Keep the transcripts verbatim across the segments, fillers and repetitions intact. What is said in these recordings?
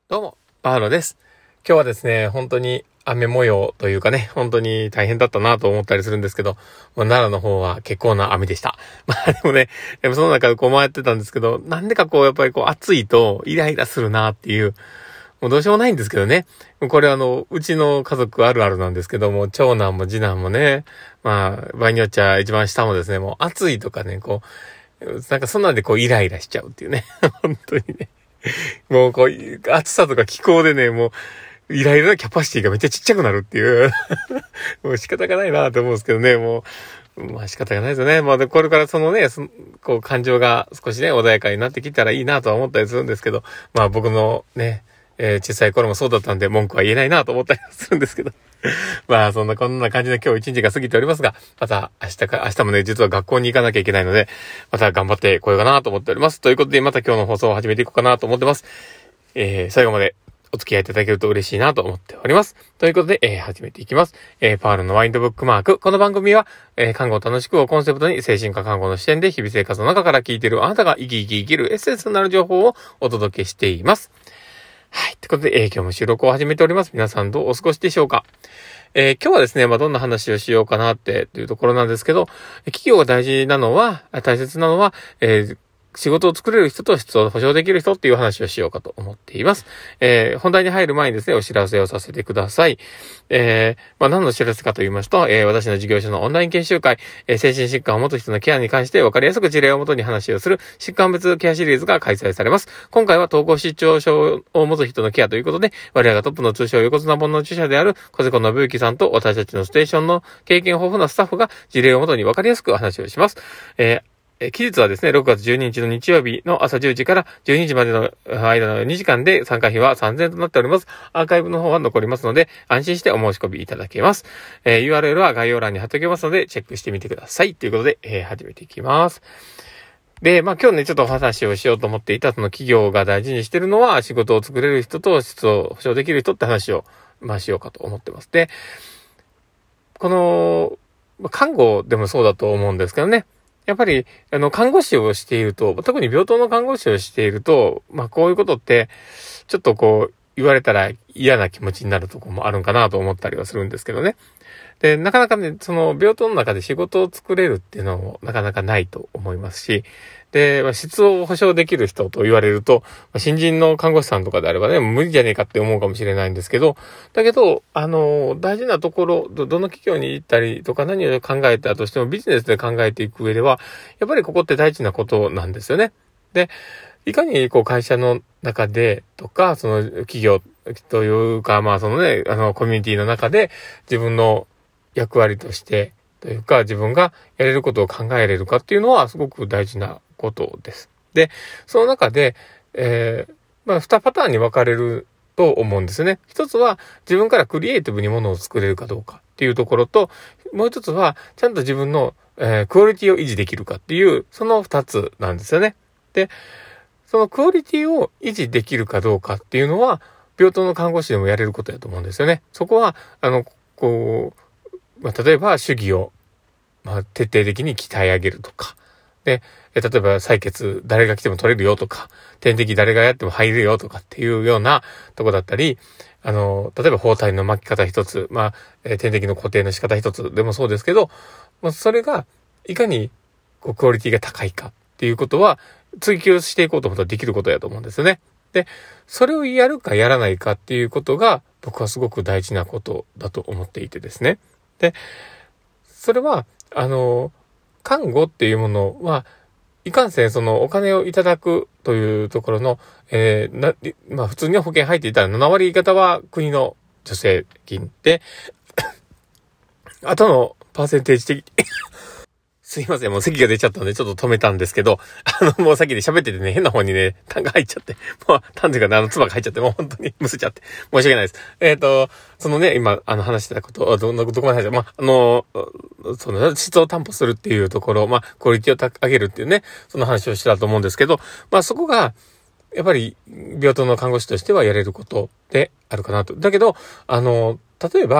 どうも、パウロです。今日はですね、本当に雨模様というかね、本当に大変だったなと思ったりするんですけど、まあ、奈良の方は結構な雨でした。まあでもね、でもその中でこう回ってたんですけど、なんでかこうやっぱりこう暑いとイライラするなっていう、もうどうしようもないんですけどね。これあの、うちの家族あるあるなんですけども、長男も次男もね、まあ、場合によっちゃ一番下もですね、もう暑いとかね、こう、なんかそんなんでこうイライラしちゃうっていうね。本当にね。もうこう、暑さとか気候でね、もう、イライラなキャパシティがめっちゃちっちゃくなるっていう。もう仕方がないなと思うんですけどね、もう、まあ仕方がないですよね。まあで、これからそのね、そこう感情が少しね、穏やかになってきたらいいなとは思ったりするんですけど、まあ僕のね、えー、小さい頃もそうだったんで文句は言えないなと思ったりするんですけど。まあそんなこんな感じで今日一日が過ぎておりますが、また明日か、明日もね、実は学校に行かなきゃいけないので、また頑張ってこようかなと思っております。ということで、また今日の放送を始めていこうかなと思ってます。えー、最後までお付き合いいただけると嬉しいなと思っております。ということで、えー、始めていきます。えー、パールのワインドブックマーク。この番組は、えー、看護を楽しくをコンセプトに精神科看護の視点で日々生活の中から聞いているあなたが生き生き生きるエッセンスになる情報をお届けしています。はい。ということで、えー、今日も収録を始めております。皆さんどうお過ごしでしょうか？えー、今日はですね、まあ、どんな話をしようかなってというところなんですけど、企業が大事なのは、大切なのは、えー仕事を作れる人と質を保証できる人っていう話をしようかと思っています。えー、本題に入る前にですね、お知らせをさせてください。えー、まあ、何のお知らせかと言いますと、えー、私の事業所のオンライン研修会、えー、精神疾患を持つ人のケアに関して分かりやすく事例をもとに話をする疾患別ケアシリーズが開催されます。今回は統合失調症を持つ人のケアということで、我らがトップの通称横綱本の著者である小瀬古信之さんと私たちのステーションの経験豊富なスタッフが事例をもとに分かりやすく話をします。えーえ、期日はですね、ろくがつじゅうににちの日曜日の朝じゅうじからじゅうにじまでの間のにじかんで参加費はさんぜんえんとなっております。アーカイブの方は残りますので、安心してお申し込みいただけます。えー、ユーアールエル は概要欄に貼っておきますので、チェックしてみてください。ということで、えー、始めていきます。で、まあ今日ね、ちょっとお話をしようと思っていた、その企業が大事にしているのは、仕事を作れる人と質を保証できる人って話を、まあしようかと思ってます。で、この、看護でもそうだと思うんですけどね。やっぱり、あの、看護師をしていると、特に病棟の看護師をしていると、まあ、こういうことって、ちょっとこう、言われたら嫌な気持ちになるところもあるんかなと思ったりはするんですけどね。で、なかなかね、その、病棟の中で仕事を作れるっていうのもなかなかないと思いますし、で、まあ、質を保証できる人と言われると、まあ、新人の看護師さんとかであればね、無理じゃねえかって思うかもしれないんですけど、だけど、あの、大事なところ、ど、どの企業に行ったりとか何を考えたとしてもビジネスで考えていく上では、やっぱりここって大事なことなんですよね。で、いかにこう会社の中でとか、その企業というか、まあそのね、あのコミュニティの中で自分の役割としてというか、自分がやれることを考えれるかっていうのはすごく大事なことです。で、その中で、えー、まあ二パターンに分かれると思うんですよね。一つは自分からクリエイティブにものを作れるかどうかっていうところと、もう一つはちゃんと自分の、えー、クオリティを維持できるかっていう、その二つなんですよね。で、そのクオリティを維持できるかどうかっていうのは、病棟の看護師でもやれることだと思うんですよね。そこは、あの、こう、まあ、例えば主義を、まあ、徹底的に鍛え上げるとか。で、例えば採血誰が来ても取れるよとか、点滴誰がやっても入るよとかっていうようなとこだったり、あの、例えば包帯の巻き方一つ、まあ、えー、点滴の固定の仕方一つでもそうですけど、まあ、それがいかにこうクオリティが高いかっていうことは追求していこうと思ったらできることだと思うんですよね。で、それをやるかやらないかっていうことが僕はすごく大事なことだと思っていてですね。で、それは、あの、看護っていうものは、いかんせんそのお金をいただくというところの、えー、な、まあ普通に保険入っていたらななわり方は国の助成金で、あとのパーセンテージ的すいません、もう咳が出ちゃったんでちょっと止めたんですけど、あの、もう先で喋っててね、変な方にね、痰が入っちゃって、もう、痰というかね、あの、唾が入っちゃって、もう本当にむせちゃって、申し訳ないです。えっと、そのね、今、あの、話してたこと、ど、どこまで話した、まあ、あの、その、質を担保するっていうところ、まあ、クオリティを上げるっていうね、その話をしてたと思うんですけど、まあ、そこが、やっぱり、病棟の看護師としてはやれることであるかなと。だけど、あの、例えば、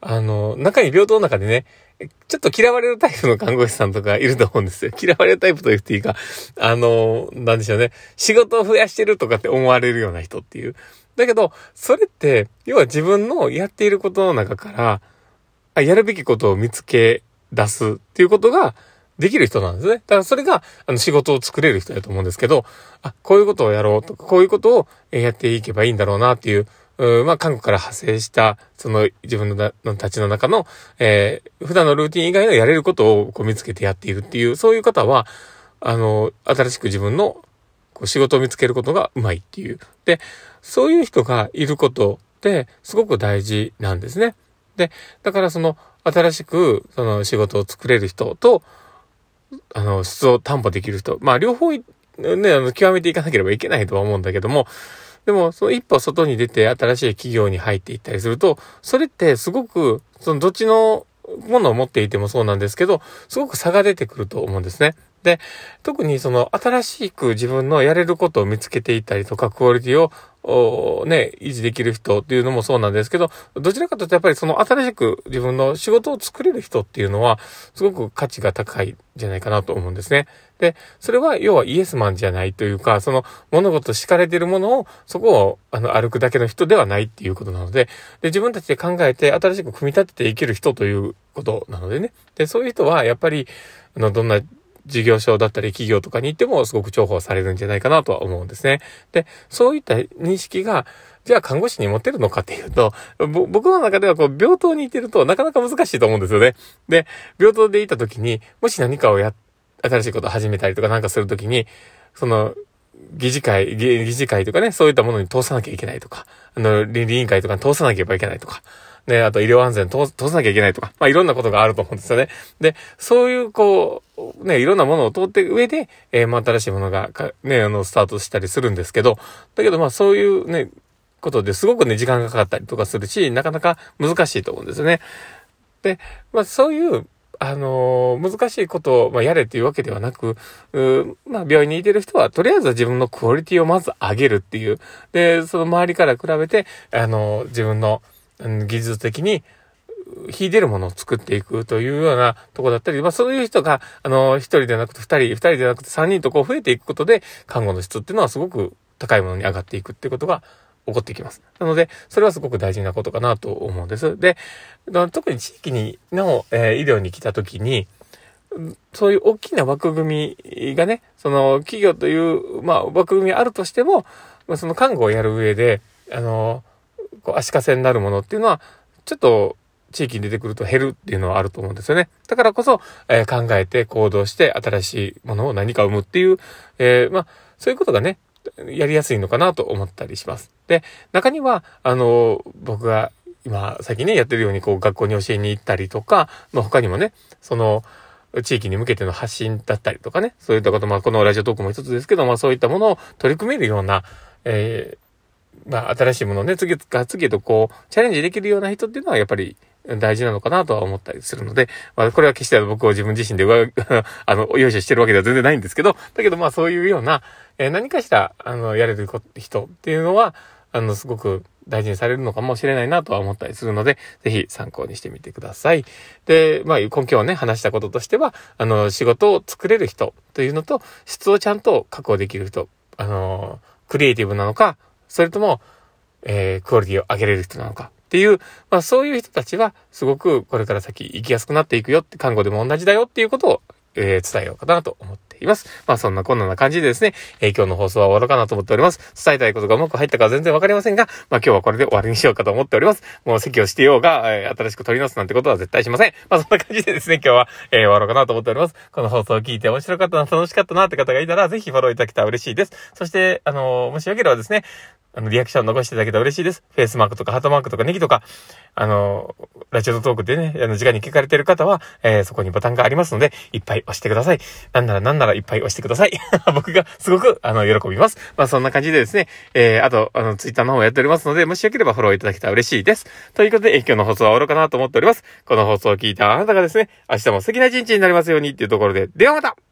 あの、中に病棟の中でね、ちょっと嫌われるタイプの看護師さんとかいると思うんですよ。嫌われるタイプと言っていいか、あの、なんでしょうね。仕事を増やしてるとかって思われるような人っていう。だけど、それって、要は自分のやっていることの中から、あやるべきことを見つけ出すっていうことができる人なんですね。だからそれが、あの、仕事を作れる人だと思うんですけど、あ、こういうことをやろうとか、こういうことをやっていけばいいんだろうなっていう、うまあ、看護から派生した、その自分のだのたちの中の、えー、普段のルーティン以外のやれることをこう見つけてやっているっていう、そういう方は、あの、新しく自分のこう仕事を見つけることがうまいっていう。で、そういう人がいることってすごく大事なんですね。で、だからその、新しくその仕事を作れる人と、あの、質を担保できる人、まあ、両方ね、あの、極めていかなければいけないとは思うんだけども、でも、その一歩外に出て新しい企業に入っていったりすると、それってすごく、そのどっちのものを持っていてもそうなんですけど、すごく差が出てくると思うんですね。で、特にその新しく自分のやれることを見つけていったりとか、クオリティををね、維持できる人っていうのもそうなんですけど、どちらかというとやっぱりその新しく自分の仕事を作れる人っていうのは、すごく価値が高いんじゃないかなと思うんですね。で、それは要はイエスマンじゃないというか、その物事敷かれているものを、そこをあの歩くだけの人ではないっていうことなので、で、自分たちで考えて新しく組み立てていける人ということなのでね。で、そういう人はやっぱり、あの、どんな事業所だったり企業とかに行ってもすごく重宝されるんじゃないかなとは思うんですね。で、そういった認識が、じゃあ看護師に持てるのかっていうと、僕の中ではこう病棟にいてるとなかなか難しいと思うんですよね。で、病棟でいた時に、もし何かをや、新しいことを始めたりとかなんかするときに、その、議事会、議事会とかね、そういったものに通さなきゃいけないとか、あの、倫理委員会とかに通さなければいけないとか、ね、あと医療安全通通さなきゃいけないとか、まあいろんなことがあると思うんですよね。で、そういうこう、ね、いろんなものを通って上で、えー、まあ新しいものがか、ね、あの、スタートしたりするんですけど、だけどまあそういうね、ことですごくね、時間がかかったりとかするし、なかなか難しいと思うんですよね。で、まあそういう、あのー、難しいことを、まあ、やれっていうわけではなく、うまあ、病院にいてる人は、とりあえず自分のクオリティをまず上げるっていう。で、その周りから比べて、あのー、自分の、うん、技術的に、秀でるものを作っていくというようなところだったり、まあそういう人が、あのー、一人でなくて二人、二人でなくて三人とこう増えていくことで、看護の質っていうのはすごく高いものに上がっていくっていうことが、起こってきます。なので、それはすごく大事なことかなと思うんです。で、特に地域にの、えー、医療に来た時に、そういう大きな枠組みがね、その企業という、まあ枠組みあるとしても、その看護をやる上で、あの、こう足かせになるものっていうのは、ちょっと地域に出てくると減るっていうのはあると思うんですよね。だからこそ、えー、考えて行動して新しいものを何か生むっていう、えー、まあ、そういうことがね、やりやすいのかなと思ったりします。で、中には、あの、僕が今、最近ね、やってるように、こう、学校に教えに行ったりとか、まあ、他にもね、その、地域に向けての発信だったりとかね、そういったこと、まあ、このラジオトークも一つですけど、まあ、そういったものを取り組めるような、えー、まあ、新しいものをね、次から次へとこう、チャレンジできるような人っていうのは、やっぱり、大事なのかなとは思ったりするので、まあ、これは決して僕を自分自身であの、用意してるわけでは全然ないんですけど、だけどまあそういうような、えー、何かしら、あの、やれる人っていうのは、あの、すごく大事にされるのかもしれないなとは思ったりするので、ぜひ参考にしてみてください。で、まあ、今日ね、話したこととしては、あの、仕事を作れる人というのと、質をちゃんと確保できる人、あの、クリエイティブなのか、それとも、えー、クオリティを上げれる人なのか。っていう、まあそういう人たちはすごくこれから先生きやすくなっていくよって、看護でも同じだよっていうことを、えー、伝えようかなと思っています。まあそんなこんな感じでですね、えー、今日の放送は終わろうかなと思っております。伝えたいことがうまく入ったかは全然わかりませんが、まあ今日はこれで終わりにしようかと思っております。もう席をしてようが、えー、新しく取り直すなんてことは絶対しません。まあそんな感じでですね、今日は、えー、終わろうかなと思っております。この放送を聞いて面白かったな、楽しかったなって方がいたら、ぜひフォローいただけたら嬉しいです。そして、あのー、もしよければですね、あの、リアクション残していただけたら嬉しいです。フェイスマークとかハートマークとかネギとか、あの、ラジオトークでね、あの、時間に聞かれている方は、えー、そこにボタンがありますので、いっぱい押してください。なんならなんならいっぱい押してください。僕がすごく、あの、喜びます。まあ、そんな感じでですね、えー、あと、あの、ツイッターの方もやっておりますので、もしよければフォローいただけたら嬉しいです。ということで、今日の放送は終わろうかなと思っております。この放送を聞いたあなたがですね、明日も素敵な一日になりますようにっていうところで、ではまた。